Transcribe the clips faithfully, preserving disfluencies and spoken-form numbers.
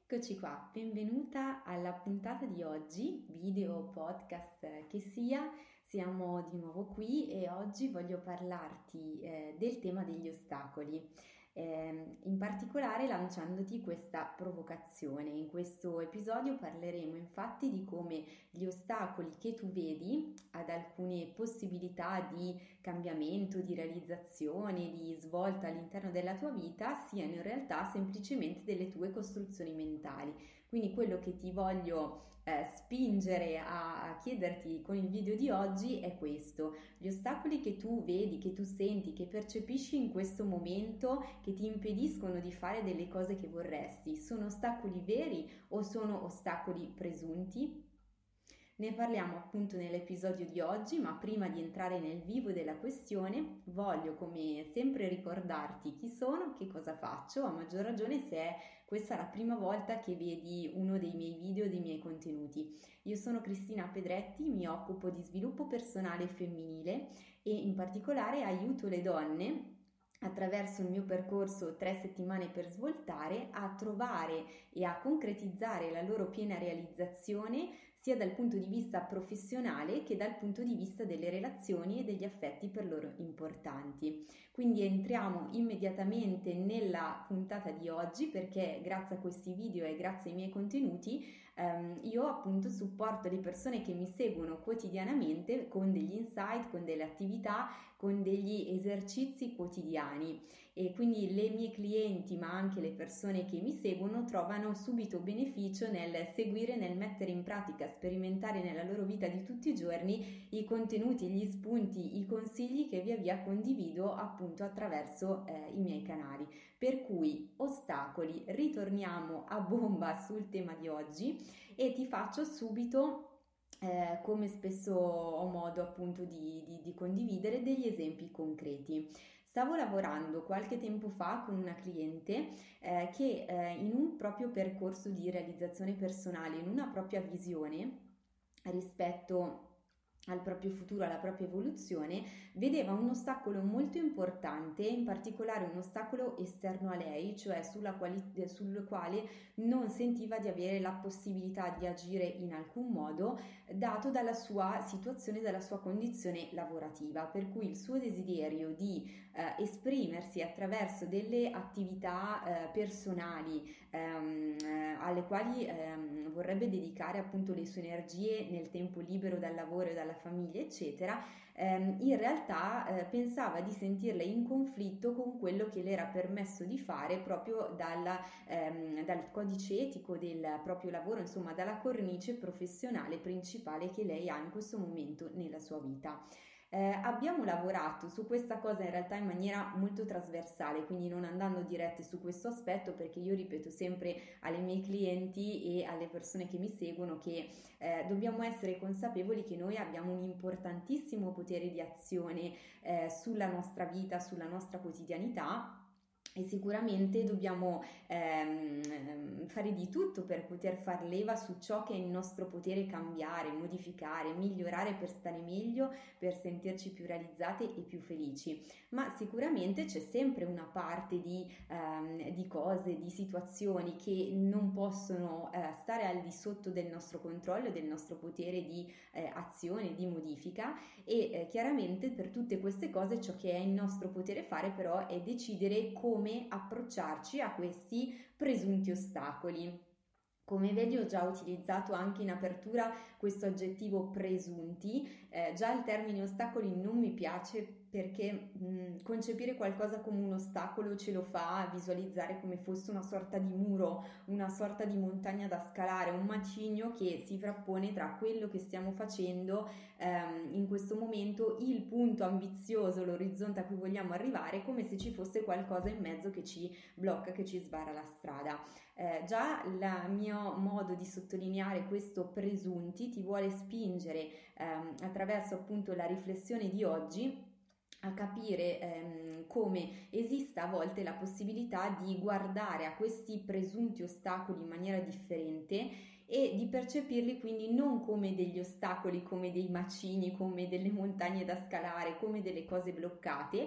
Eccoci qua, benvenuta alla puntata di oggi, video, podcast che sia, siamo di nuovo qui e oggi voglio parlarti eh, del tema degli ostacoli, eh, in particolare lanciandoti questa provocazione. In questo episodio parleremo infatti di come gli ostacoli che tu vedi ad alcune possibilità di cambiamento, di realizzazione, di svolta all'interno della tua vita siano in realtà semplicemente delle tue costruzioni mentali. Quindi quello che ti voglio eh, spingere a, a chiederti con il video di oggi è questo: gli ostacoli che tu vedi, che tu senti, che percepisci in questo momento, che ti impediscono di fare delle cose che vorresti, sono ostacoli veri o sono ostacoli presunti? Ne parliamo appunto nell'episodio di oggi, ma prima di entrare nel vivo della questione voglio come sempre ricordarti chi sono, che cosa faccio, a maggior ragione se è questa la prima volta che vedi uno dei miei video, dei miei contenuti. Io sono Cristina Pedretti, mi occupo di sviluppo personale femminile e in particolare aiuto le donne attraverso il mio percorso tre settimane per svoltare a trovare e a concretizzare la loro piena realizzazione sia dal punto di vista professionale che dal punto di vista delle relazioni e degli affetti per loro importanti. Quindi entriamo immediatamente nella puntata di oggi, perché grazie a questi video e grazie ai miei contenuti ehm, io appunto supporto le persone che mi seguono quotidianamente con degli insight, con delle attività, con degli esercizi quotidiani, e quindi le mie clienti ma anche le persone che mi seguono trovano subito beneficio nel seguire, nel mettere in pratica, sperimentare nella loro vita di tutti i giorni i contenuti, gli spunti, i consigli che via via condivido appunto attraverso eh, i miei canali. Per cui ostacoli, ritorniamo a bomba sul tema di oggi e ti faccio subito Eh, come spesso ho modo appunto di, di, di condividere degli esempi concreti. Stavo lavorando qualche tempo fa con una cliente eh, che eh, in un proprio percorso di realizzazione personale, in una propria visione rispetto al proprio futuro, alla propria evoluzione, vedeva un ostacolo molto importante, in particolare un ostacolo esterno a lei, cioè sulla quali, sul quale non sentiva di avere la possibilità di agire in alcun modo, dato dalla sua situazione, dalla sua condizione lavorativa, per cui il suo desiderio di eh, esprimersi attraverso delle attività eh, personali ehm, eh, alle quali ehm, vorrebbe dedicare appunto le sue energie nel tempo libero dal lavoro e dalla famiglia eccetera, ehm, in realtà eh, pensava di sentirle in conflitto con quello che le era permesso di fare proprio dalla, ehm, dal codice etico del proprio lavoro, insomma dalla cornice professionale principale che lei ha in questo momento nella sua vita. Eh, abbiamo lavorato su questa cosa in realtà in maniera molto trasversale, quindi non andando dirette su questo aspetto, perché io ripeto sempre alle miei clienti e alle persone che mi seguono che eh, dobbiamo essere consapevoli che noi abbiamo un importantissimo potere di azione eh, sulla nostra vita, sulla nostra quotidianità. E sicuramente dobbiamo ehm, fare di tutto per poter far leva su ciò che è in nostro potere cambiare, modificare, migliorare per stare meglio, per sentirci più realizzate e più felici. Ma sicuramente c'è sempre una parte di, ehm, di cose, di situazioni che non possono eh, stare al di sotto del nostro controllo, del nostro potere di eh, azione, di modifica, e eh, chiaramente per tutte queste cose ciò che è in nostro potere fare però è decidere come come approcciarci a questi presunti ostacoli. Come vedi ho già utilizzato anche in apertura questo aggettivo presunti, eh, già il termine ostacoli non mi piace perché mh, concepire qualcosa come un ostacolo ce lo fa visualizzare come fosse una sorta di muro, una sorta di montagna da scalare, un macigno che si frappone tra quello che stiamo facendo ehm, in questo momento, il punto ambizioso, l'orizzonte a cui vogliamo arrivare, come se ci fosse qualcosa in mezzo che ci blocca, che ci sbarra la strada. Eh, già il mio modo di sottolineare questo presunti ti vuole spingere ehm, attraverso appunto la riflessione di oggi a capire ehm, come esista a volte la possibilità di guardare a questi presunti ostacoli in maniera differente e di percepirli quindi non come degli ostacoli, come dei macigni, come delle montagne da scalare, come delle cose bloccate,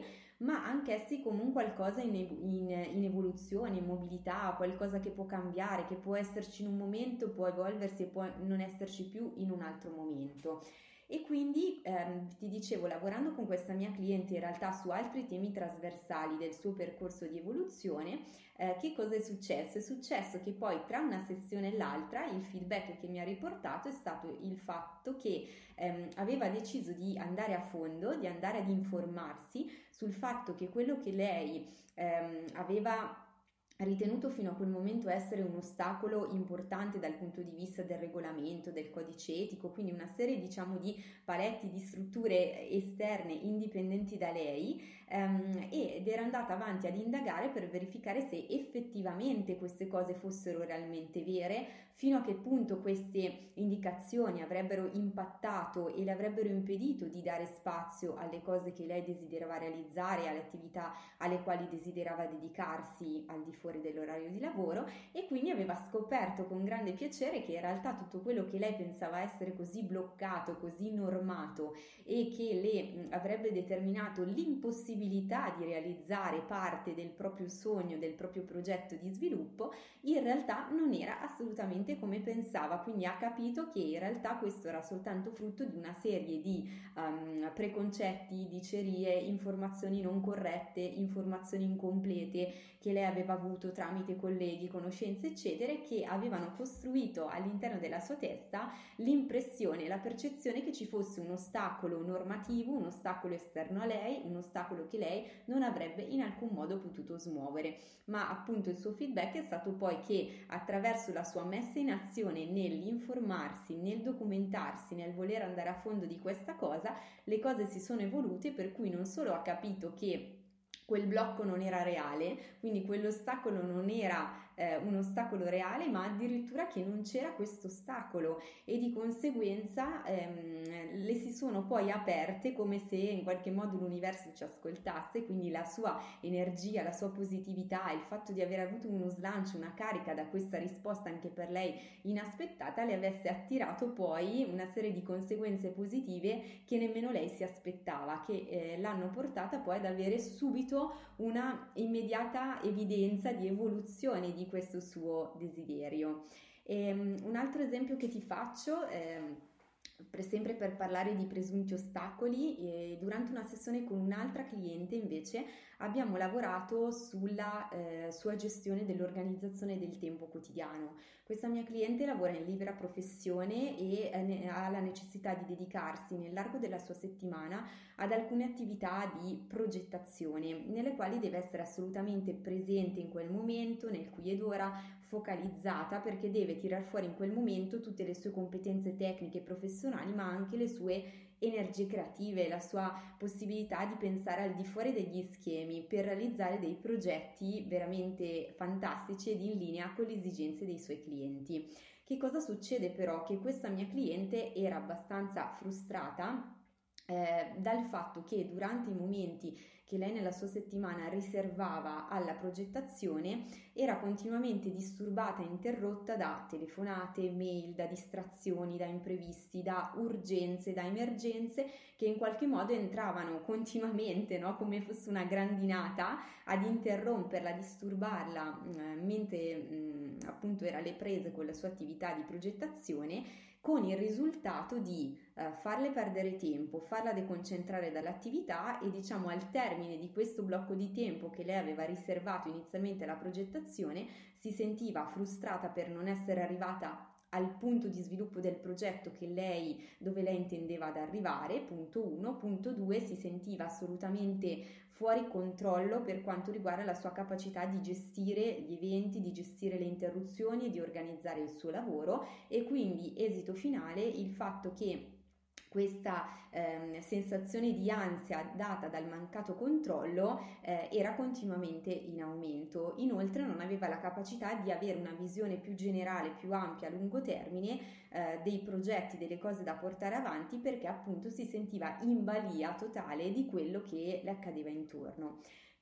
ma anch'essi come un qualcosa in, in, in evoluzione, in mobilità, qualcosa che può cambiare, che può esserci in un momento, può evolversi e può non esserci più in un altro momento. E quindi ehm, ti dicevo, lavorando con questa mia cliente in realtà su altri temi trasversali del suo percorso di evoluzione, eh, che cosa è successo? È successo che poi tra una sessione e l'altra il feedback che mi ha riportato è stato il fatto che ehm, aveva deciso di andare a fondo, di andare ad informarsi sul fatto che quello che lei ehm, aveva ritenuto fino a quel momento essere un ostacolo importante dal punto di vista del regolamento, del codice etico, quindi una serie diciamo di paletti, di strutture esterne indipendenti da lei, ehm, ed era andata avanti ad indagare per verificare se effettivamente queste cose fossero realmente vere, fino a che punto queste indicazioni avrebbero impattato e le avrebbero impedito di dare spazio alle cose che lei desiderava realizzare, alle attività alle quali desiderava dedicarsi al di fuori dell'orario di lavoro, e quindi aveva scoperto con grande piacere che in realtà tutto quello che lei pensava essere così bloccato, così normato e che le avrebbe determinato l'impossibilità di realizzare parte del proprio sogno, del proprio progetto di sviluppo, in realtà non era assolutamente come pensava. Quindi ha capito che in realtà questo era soltanto frutto di una serie di um, preconcetti, dicerie, informazioni non corrette, informazioni incomplete che lei aveva avuto tramite colleghi, conoscenze eccetera, che avevano costruito all'interno della sua testa l'impressione, la percezione che ci fosse un ostacolo normativo, un ostacolo esterno a lei, un ostacolo che lei non avrebbe in alcun modo potuto smuovere. Ma appunto il suo feedback è stato poi che attraverso la sua messa in azione nell'informarsi, nel documentarsi, nel voler andare a fondo di questa cosa, le cose si sono evolute, per cui non solo ha capito che quel blocco non era reale, quindi quell'ostacolo non era eh, un ostacolo reale, ma addirittura che non c'era questo ostacolo, e di conseguenza ehm, le si sono poi aperte come se in qualche modo l'universo ci ascoltasse, quindi la sua energia, la sua positività, il fatto di aver avuto uno slancio, una carica da questa risposta anche per lei inaspettata, le avesse attirato poi una serie di conseguenze positive che nemmeno lei si aspettava, che eh, l'hanno portata poi ad avere subito una immediata evidenza di evoluzione di questo suo desiderio. E, um, un altro esempio che ti faccio, eh, per, sempre per parlare di presunti ostacoli, eh, durante una sessione con un'altra cliente invece abbiamo lavorato sulla eh, sua gestione dell'organizzazione del tempo quotidiano. Questa mia cliente lavora in libera professione e eh, ha la necessità di dedicarsi nell'arco della sua settimana ad alcune attività di progettazione nelle quali deve essere assolutamente presente in quel momento, nel qui ed ora, focalizzata, perché deve tirar fuori in quel momento tutte le sue competenze tecniche e professionali, ma anche le sue energie creative, la sua possibilità di pensare al di fuori degli schemi per realizzare dei progetti veramente fantastici ed in linea con le esigenze dei suoi clienti. Che cosa succede però? Che questa mia cliente era abbastanza frustrata eh, dal fatto che durante i momenti che lei nella sua settimana riservava alla progettazione era continuamente disturbata e interrotta da telefonate, mail, da distrazioni, da imprevisti, da urgenze, da emergenze che in qualche modo entravano continuamente, no? Come fosse una grandinata ad interromperla, a disturbarla eh, mentre mh, appunto era alle prese con la sua attività di progettazione, con il risultato di eh, farle perdere tempo, farla deconcentrare dall'attività, e diciamo al termine di questo blocco di tempo che lei aveva riservato inizialmente alla progettazione si sentiva frustrata per non essere arrivata al punto di sviluppo del progetto che lei, dove lei intendeva ad arrivare, punto uno, punto due, si sentiva assolutamente fuori controllo per quanto riguarda la sua capacità di gestire gli eventi, di gestire le interruzioni e di organizzare il suo lavoro, e quindi esito finale il fatto che questa eh, sensazione di ansia data dal mancato controllo eh, era continuamente in aumento. Inoltre non aveva la capacità di avere una visione più generale, più ampia a lungo termine eh, dei progetti, delle cose da portare avanti, perché appunto si sentiva in balia totale di quello che le accadeva intorno.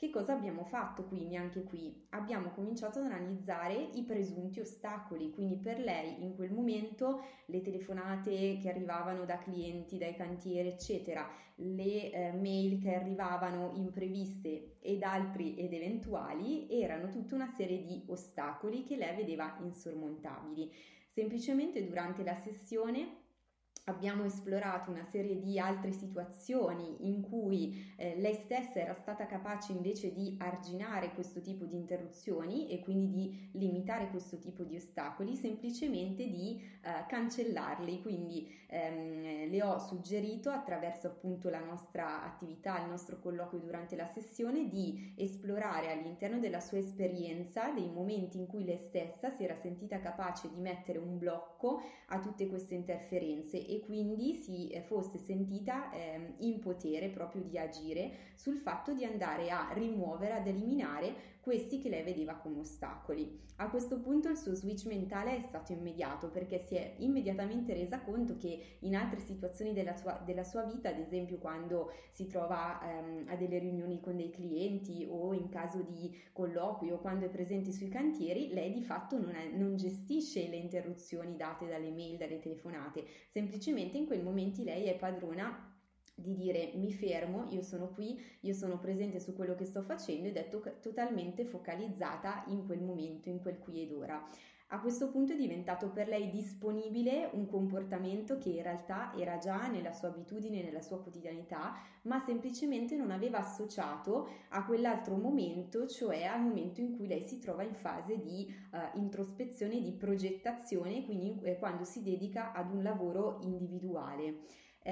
Che cosa abbiamo fatto quindi anche qui? Abbiamo cominciato ad analizzare i presunti ostacoli, quindi per lei in quel momento le telefonate che arrivavano da clienti, dai cantieri, eccetera, le eh, mail che arrivavano impreviste ed altri ed eventuali erano tutta una serie di ostacoli che lei vedeva insormontabili. Semplicemente durante la sessione abbiamo esplorato una serie di altre situazioni in cui eh, lei stessa era stata capace invece di arginare questo tipo di interruzioni e quindi di limitare questo tipo di ostacoli, semplicemente di eh, cancellarli. Quindi ehm, le ho suggerito attraverso appunto la nostra attività, il nostro colloquio durante la sessione, di esplorare all'interno della sua esperienza dei momenti in cui lei stessa si era sentita capace di mettere un blocco a tutte queste interferenze e quindi si fosse sentita eh, in potere proprio di agire sul fatto di andare a rimuovere, ad eliminare questi che lei vedeva come ostacoli. A questo punto il suo switch mentale è stato immediato, perché si è immediatamente resa conto che in altre situazioni della sua, della sua vita, ad esempio quando si trova ehm, a delle riunioni con dei clienti o in caso di colloquio, quando è presente sui cantieri, lei di fatto non, è, non gestisce le interruzioni date dalle mail, dalle telefonate, semplicemente in quei momenti lei è padrona di dire mi fermo, io sono qui, io sono presente su quello che sto facendo ed è to- totalmente focalizzata in quel momento, in quel qui ed ora. A questo punto è diventato per lei disponibile un comportamento che in realtà era già nella sua abitudine, nella sua quotidianità, ma semplicemente non aveva associato a quell'altro momento, cioè al momento in cui lei si trova in fase di uh, introspezione, di progettazione, quindi eh, quando si dedica ad un lavoro individuale.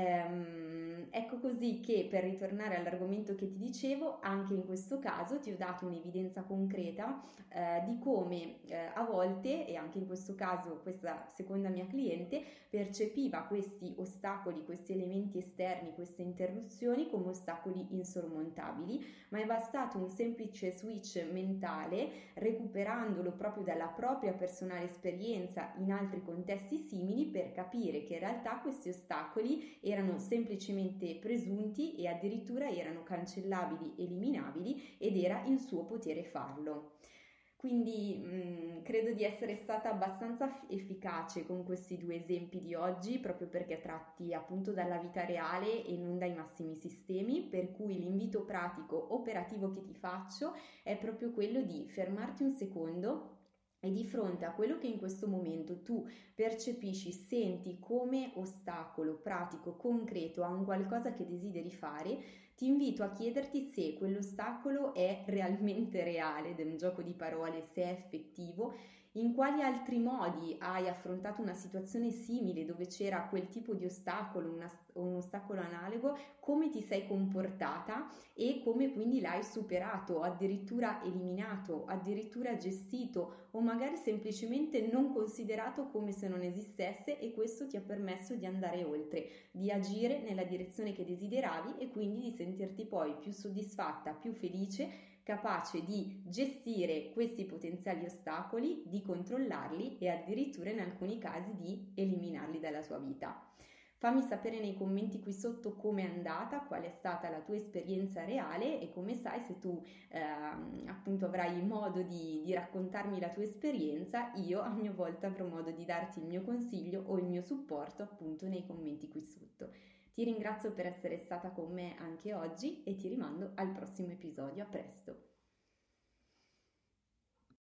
Ehm, ecco così che, per ritornare all'argomento che ti dicevo, anche in questo caso ti ho dato un'evidenza concreta eh, di come eh, a volte, e anche in questo caso questa seconda mia cliente, percepiva questi ostacoli, questi elementi esterni, queste interruzioni come ostacoli insormontabili, ma è bastato un semplice switch mentale, recuperandolo proprio dalla propria personale esperienza in altri contesti simili, per capire che in realtà questi ostacoli erano semplicemente presunti e addirittura erano cancellabili, eliminabili, ed era in suo potere farlo. Quindi mh, credo di essere stata abbastanza efficace con questi due esempi di oggi, proprio perché tratti appunto dalla vita reale e non dai massimi sistemi, per cui l'invito pratico operativo che ti faccio è proprio quello di fermarti un secondo e di fronte a quello che in questo momento tu percepisci, senti come ostacolo pratico, concreto, a un qualcosa che desideri fare, ti invito a chiederti se quell'ostacolo è realmente reale, ed è un gioco di parole, se è effettivo, in quali altri modi hai affrontato una situazione simile dove c'era quel tipo di ostacolo, una, un ostacolo analogo, come ti sei comportata e come quindi l'hai superato, addirittura eliminato, addirittura gestito o magari semplicemente non considerato come se non esistesse, e questo ti ha permesso di andare oltre, di agire nella direzione che desideravi e quindi di sentirti poi più soddisfatta, più felice, capace di gestire questi potenziali ostacoli, di controllarli e addirittura in alcuni casi di eliminarli dalla tua vita. Fammi sapere nei commenti qui sotto com'è andata, qual è stata la tua esperienza reale, e come sai, se tu eh, appunto avrai modo di, di raccontarmi la tua esperienza, io a mia volta avrò modo di darti il mio consiglio o il mio supporto appunto nei commenti qui sotto. Ti ringrazio per essere stata con me anche oggi e ti rimando al prossimo episodio. A presto!